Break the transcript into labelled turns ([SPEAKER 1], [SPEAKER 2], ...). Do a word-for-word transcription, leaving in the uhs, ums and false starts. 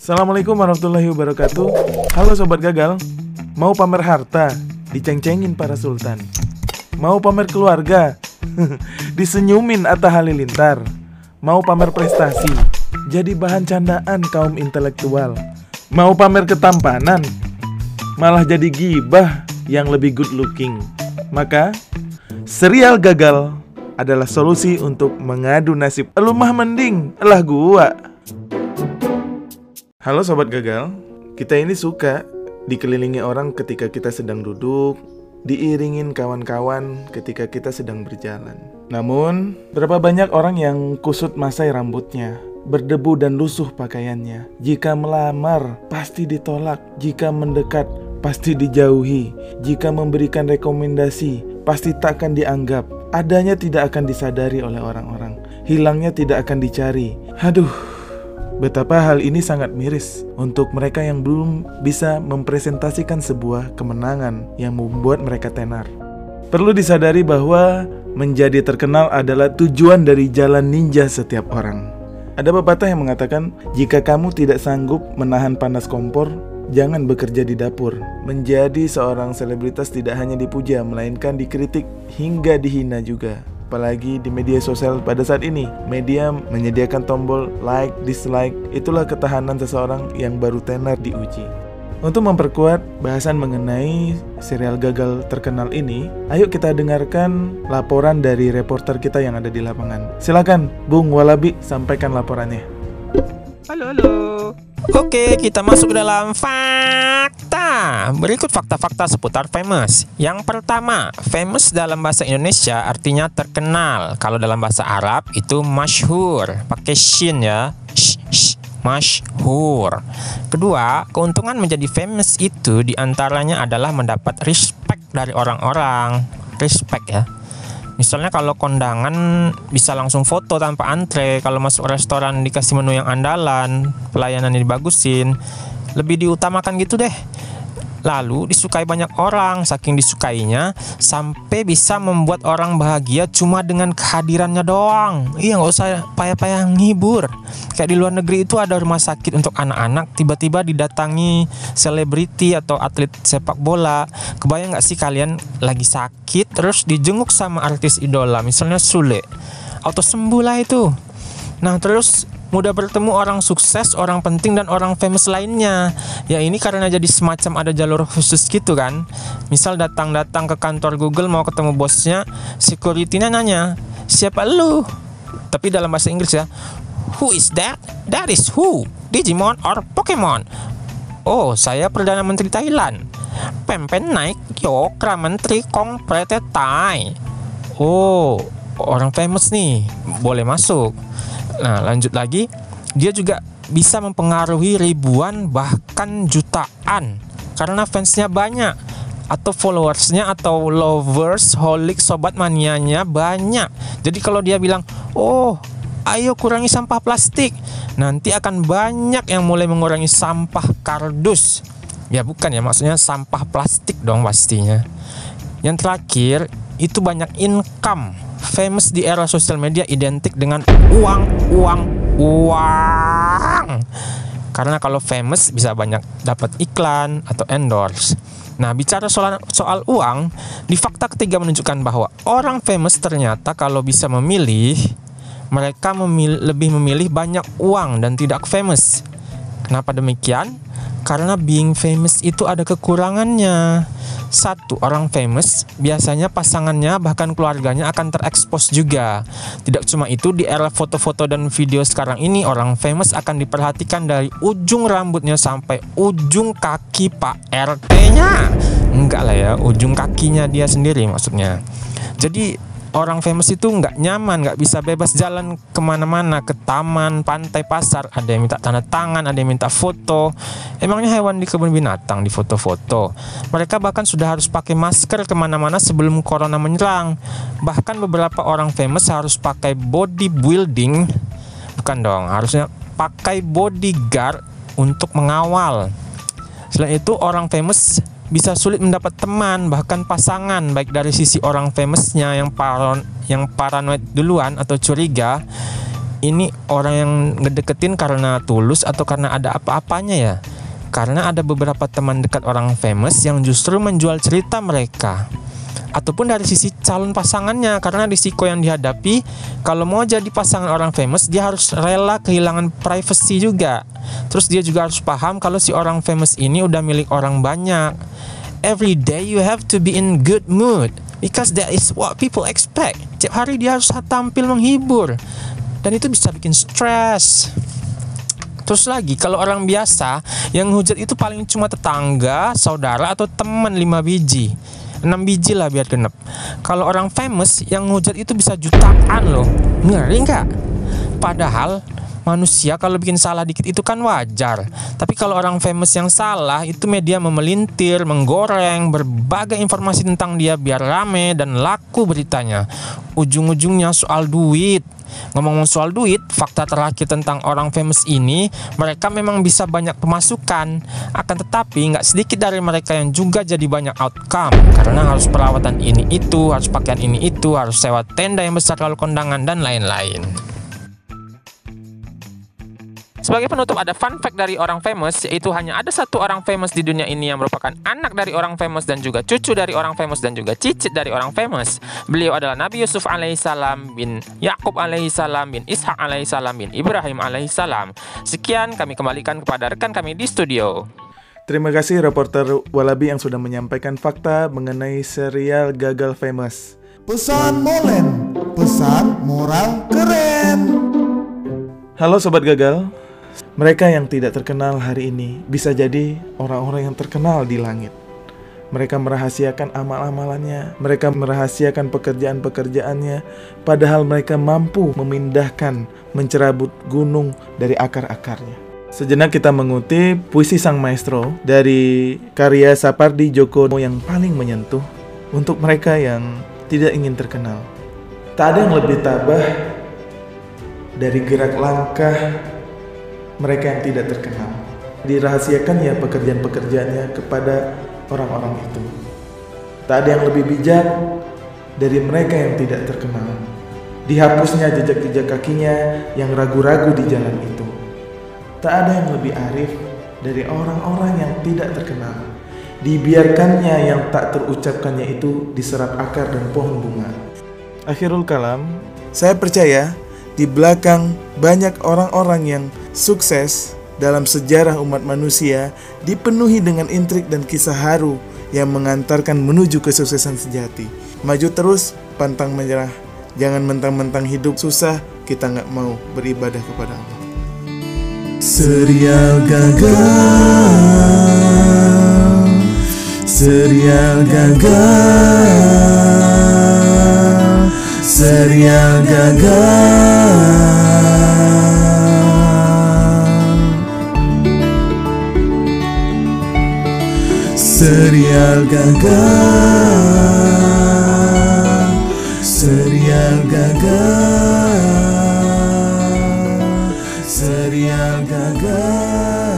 [SPEAKER 1] Assalamualaikum warahmatullahi wabarakatuh. Halo Sobat Gagal. Mau pamer harta? Diceng-cengin para sultan. Mau pamer keluarga? Disenyumin Atta Halilintar. Mau pamer prestasi? Jadi bahan candaan kaum intelektual. Mau pamer ketampanan? Malah jadi gibah yang lebih good looking. Maka serial Gagal adalah solusi untuk mengadu nasib. Elu mah mending elah gua. Halo Sobat Gagal. Kita ini suka dikelilingi orang ketika kita sedang duduk, diiringin kawan-kawan ketika kita sedang berjalan. Namun, berapa banyak orang yang kusut masai rambutnya, berdebu dan lusuh pakaiannya. Jika melamar, pasti ditolak. Jika mendekat, pasti dijauhi. Jika memberikan rekomendasi, pasti tak akan dianggap. Adanya tidak akan disadari oleh orang-orang. Hilangnya tidak akan dicari. Aduh, betapa hal ini sangat miris untuk mereka yang belum bisa mempresentasikan sebuah kemenangan yang membuat mereka tenar. Perlu disadari bahwa menjadi terkenal adalah tujuan dari jalan ninja setiap orang. Ada pepatah yang mengatakan, jika kamu tidak sanggup menahan panas kompor, jangan bekerja di dapur. Menjadi seorang selebritas tidak hanya dipuja, melainkan dikritik hingga dihina juga. Apalagi di media sosial pada saat ini, media menyediakan tombol like, dislike. Itulah ketahanan seseorang yang baru tenar diuji. Untuk memperkuat bahasan mengenai serial Gagal terkenal ini, ayo kita dengarkan laporan dari reporter kita yang ada di lapangan. Silakan, Bung Walabi, sampaikan laporannya.
[SPEAKER 2] Halo, halo. Oke, kita masuk ke dalam fakta. Berikut fakta-fakta seputar famous. Yang pertama, famous dalam bahasa Indonesia artinya terkenal. Kalau dalam bahasa Arab itu masyhur, pakai shin ya. Sh, sh, masyhur. Kedua, keuntungan menjadi famous itu diantaranya adalah mendapat respect dari orang-orang. Respect ya. Misalnya kalau kondangan bisa langsung foto tanpa antre. Kalau masuk restoran dikasih menu yang andalan, pelayanannya dibagusin. Lebih diutamakan gitu deh. Lalu disukai banyak orang. Saking disukainya sampai bisa membuat orang bahagia cuma dengan kehadirannya doang. Iya, gak usah payah-payah ngibur. Kayak di luar negeri itu ada rumah sakit untuk anak-anak, tiba-tiba didatangi selebriti atau atlet sepak bola. Kebayang gak sih kalian lagi sakit terus dijenguk sama artis idola, misalnya Sule, auto sembuh lah itu. Nah terus mudah bertemu orang sukses, orang penting, dan orang famous lainnya. Ya ini karena jadi semacam ada jalur khusus gitu kan. Misal datang-datang ke kantor Google mau ketemu bosnya, security-nya nanya, siapa lu? Tapi dalam bahasa Inggris ya, who is that? That is who? Digimon or Pokemon? Oh, saya Perdana Menteri Thailand. Pempen naik Yokra Menteri Kong Pretetai. Oh, orang famous nih, boleh masuk. Nah lanjut lagi, dia juga bisa mempengaruhi ribuan bahkan jutaan karena fansnya banyak, atau followersnya atau lovers, holik, sobat manianya banyak. Jadi kalau dia bilang, oh ayo kurangi sampah plastik, nanti akan banyak yang mulai mengurangi sampah kardus. Ya bukan ya, maksudnya sampah plastik dong pastinya. Yang terakhir, itu banyak income. Famous di era sosial media identik dengan uang, uang, uang. Karena kalau famous bisa banyak dapat iklan atau endorse. Nah, bicara soal, soal uang, di fakta ketiga menunjukkan bahwa orang famous ternyata kalau bisa memilih, mereka memilih, lebih memilih banyak uang dan tidak famous. Kenapa demikian? Karena being famous itu ada kekurangannya. Satu, orang famous biasanya pasangannya bahkan keluarganya akan terekspos juga. Tidak cuma itu, di era foto-foto dan video sekarang ini, orang famous akan diperhatikan dari ujung rambutnya sampai ujung kaki Pak R T-nya. Enggak lah ya, ujung kakinya dia sendiri maksudnya. Jadi orang famous itu nggak nyaman, nggak bisa bebas jalan kemana-mana, ke taman, pantai, pasar. Ada yang minta tanda tangan, ada yang minta foto. Emangnya hewan di kebun binatang di foto-foto? Mereka bahkan sudah harus pakai masker kemana-mana sebelum corona menyerang. Bahkan beberapa orang famous harus pakai bodybuilding. Bukan dong, harusnya pakai bodyguard untuk mengawal. Selain itu, orang famous bisa sulit mendapat teman, bahkan pasangan, baik dari sisi orang famousnya yang paron, yang paranoid duluan atau curiga, ini orang yang ngedeketin karena tulus atau karena ada apa-apanya ya? Karena ada beberapa teman dekat orang famous yang justru menjual cerita mereka, ataupun dari sisi calon pasangannya, karena risiko yang dihadapi kalau mau jadi pasangan orang famous, dia harus rela kehilangan privacy juga. Terus dia juga harus paham kalau si orang famous ini udah milik orang banyak. Every day you have to be in good mood, because that is what people expect. Tiap hari dia harus tampil menghibur, dan itu bisa bikin stres. Terus lagi, kalau orang biasa yang hujat itu paling cuma tetangga, saudara, atau teman lima biji, enam biji lah biar genep. Kalau orang famous yang hujat itu bisa jutaan loh. Ngeri nggak? Padahal manusia kalau bikin salah dikit itu kan wajar. Tapi kalau orang famous yang salah, itu media memelintir, menggoreng berbagai informasi tentang dia biar rame dan laku beritanya. Ujung-ujungnya soal duit. Ngomong-ngomong soal duit, fakta terakhir tentang orang famous ini, mereka memang bisa banyak pemasukan. Akan tetapi nggak sedikit dari mereka yang juga jadi banyak outcome, karena harus perawatan ini itu, harus pakaian ini itu, harus sewa tenda yang besar kalau kondangan dan lain-lain. Sebagai penutup, ada fun fact dari orang famous, yaitu hanya ada satu orang famous di dunia ini yang merupakan anak dari orang famous dan juga cucu dari orang famous dan juga cicit dari orang famous. Beliau adalah Nabi Yusuf alaihissalam bin Yakub alaihissalam bin Ishak alaihissalam bin Ibrahim alaihissalam. Sekian, kami kembalikan kepada rekan kami di studio.
[SPEAKER 1] Terima kasih reporter Walabi yang sudah menyampaikan fakta mengenai serial Gagal Famous.
[SPEAKER 3] Pesan molen, pesan moral keren.
[SPEAKER 1] Halo Sobat Gagal. Mereka yang tidak terkenal hari ini bisa jadi orang-orang yang terkenal di langit. Mereka merahasiakan amal-amalannya, mereka merahasiakan pekerjaan-pekerjaannya, padahal mereka mampu memindahkan, mencerabut gunung dari akar-akarnya. Sejenak kita mengutip puisi sang maestro dari karya Sapardi Djoko yang paling menyentuh untuk mereka yang tidak ingin terkenal. Tak ada yang lebih tabah dari gerak langkah mereka yang tidak terkenal. Dirahasiakannya pekerjaan-pekerjaannya kepada orang-orang itu. Tak ada yang lebih bijak dari mereka yang tidak terkenal. Dihapusnya jejak-jejak kakinya yang ragu-ragu di jalan itu. Tak ada yang lebih arif dari orang-orang yang tidak terkenal. Dibiarkannya yang tak terucapkannya itu diserap akar dan pohon bunga. Akhirul kalam, saya percaya di belakang banyak orang-orang yang sukses dalam sejarah umat manusia dipenuhi dengan intrik dan kisah haru yang mengantarkan menuju kesuksesan sejati. Maju terus, pantang menyerah. Jangan mentang-mentang hidup susah, kita nggak mau beribadah kepada Allah.
[SPEAKER 3] Serial gagal, serial gagal, serial gagal. Serial gagal, serial gagal, serial gagal.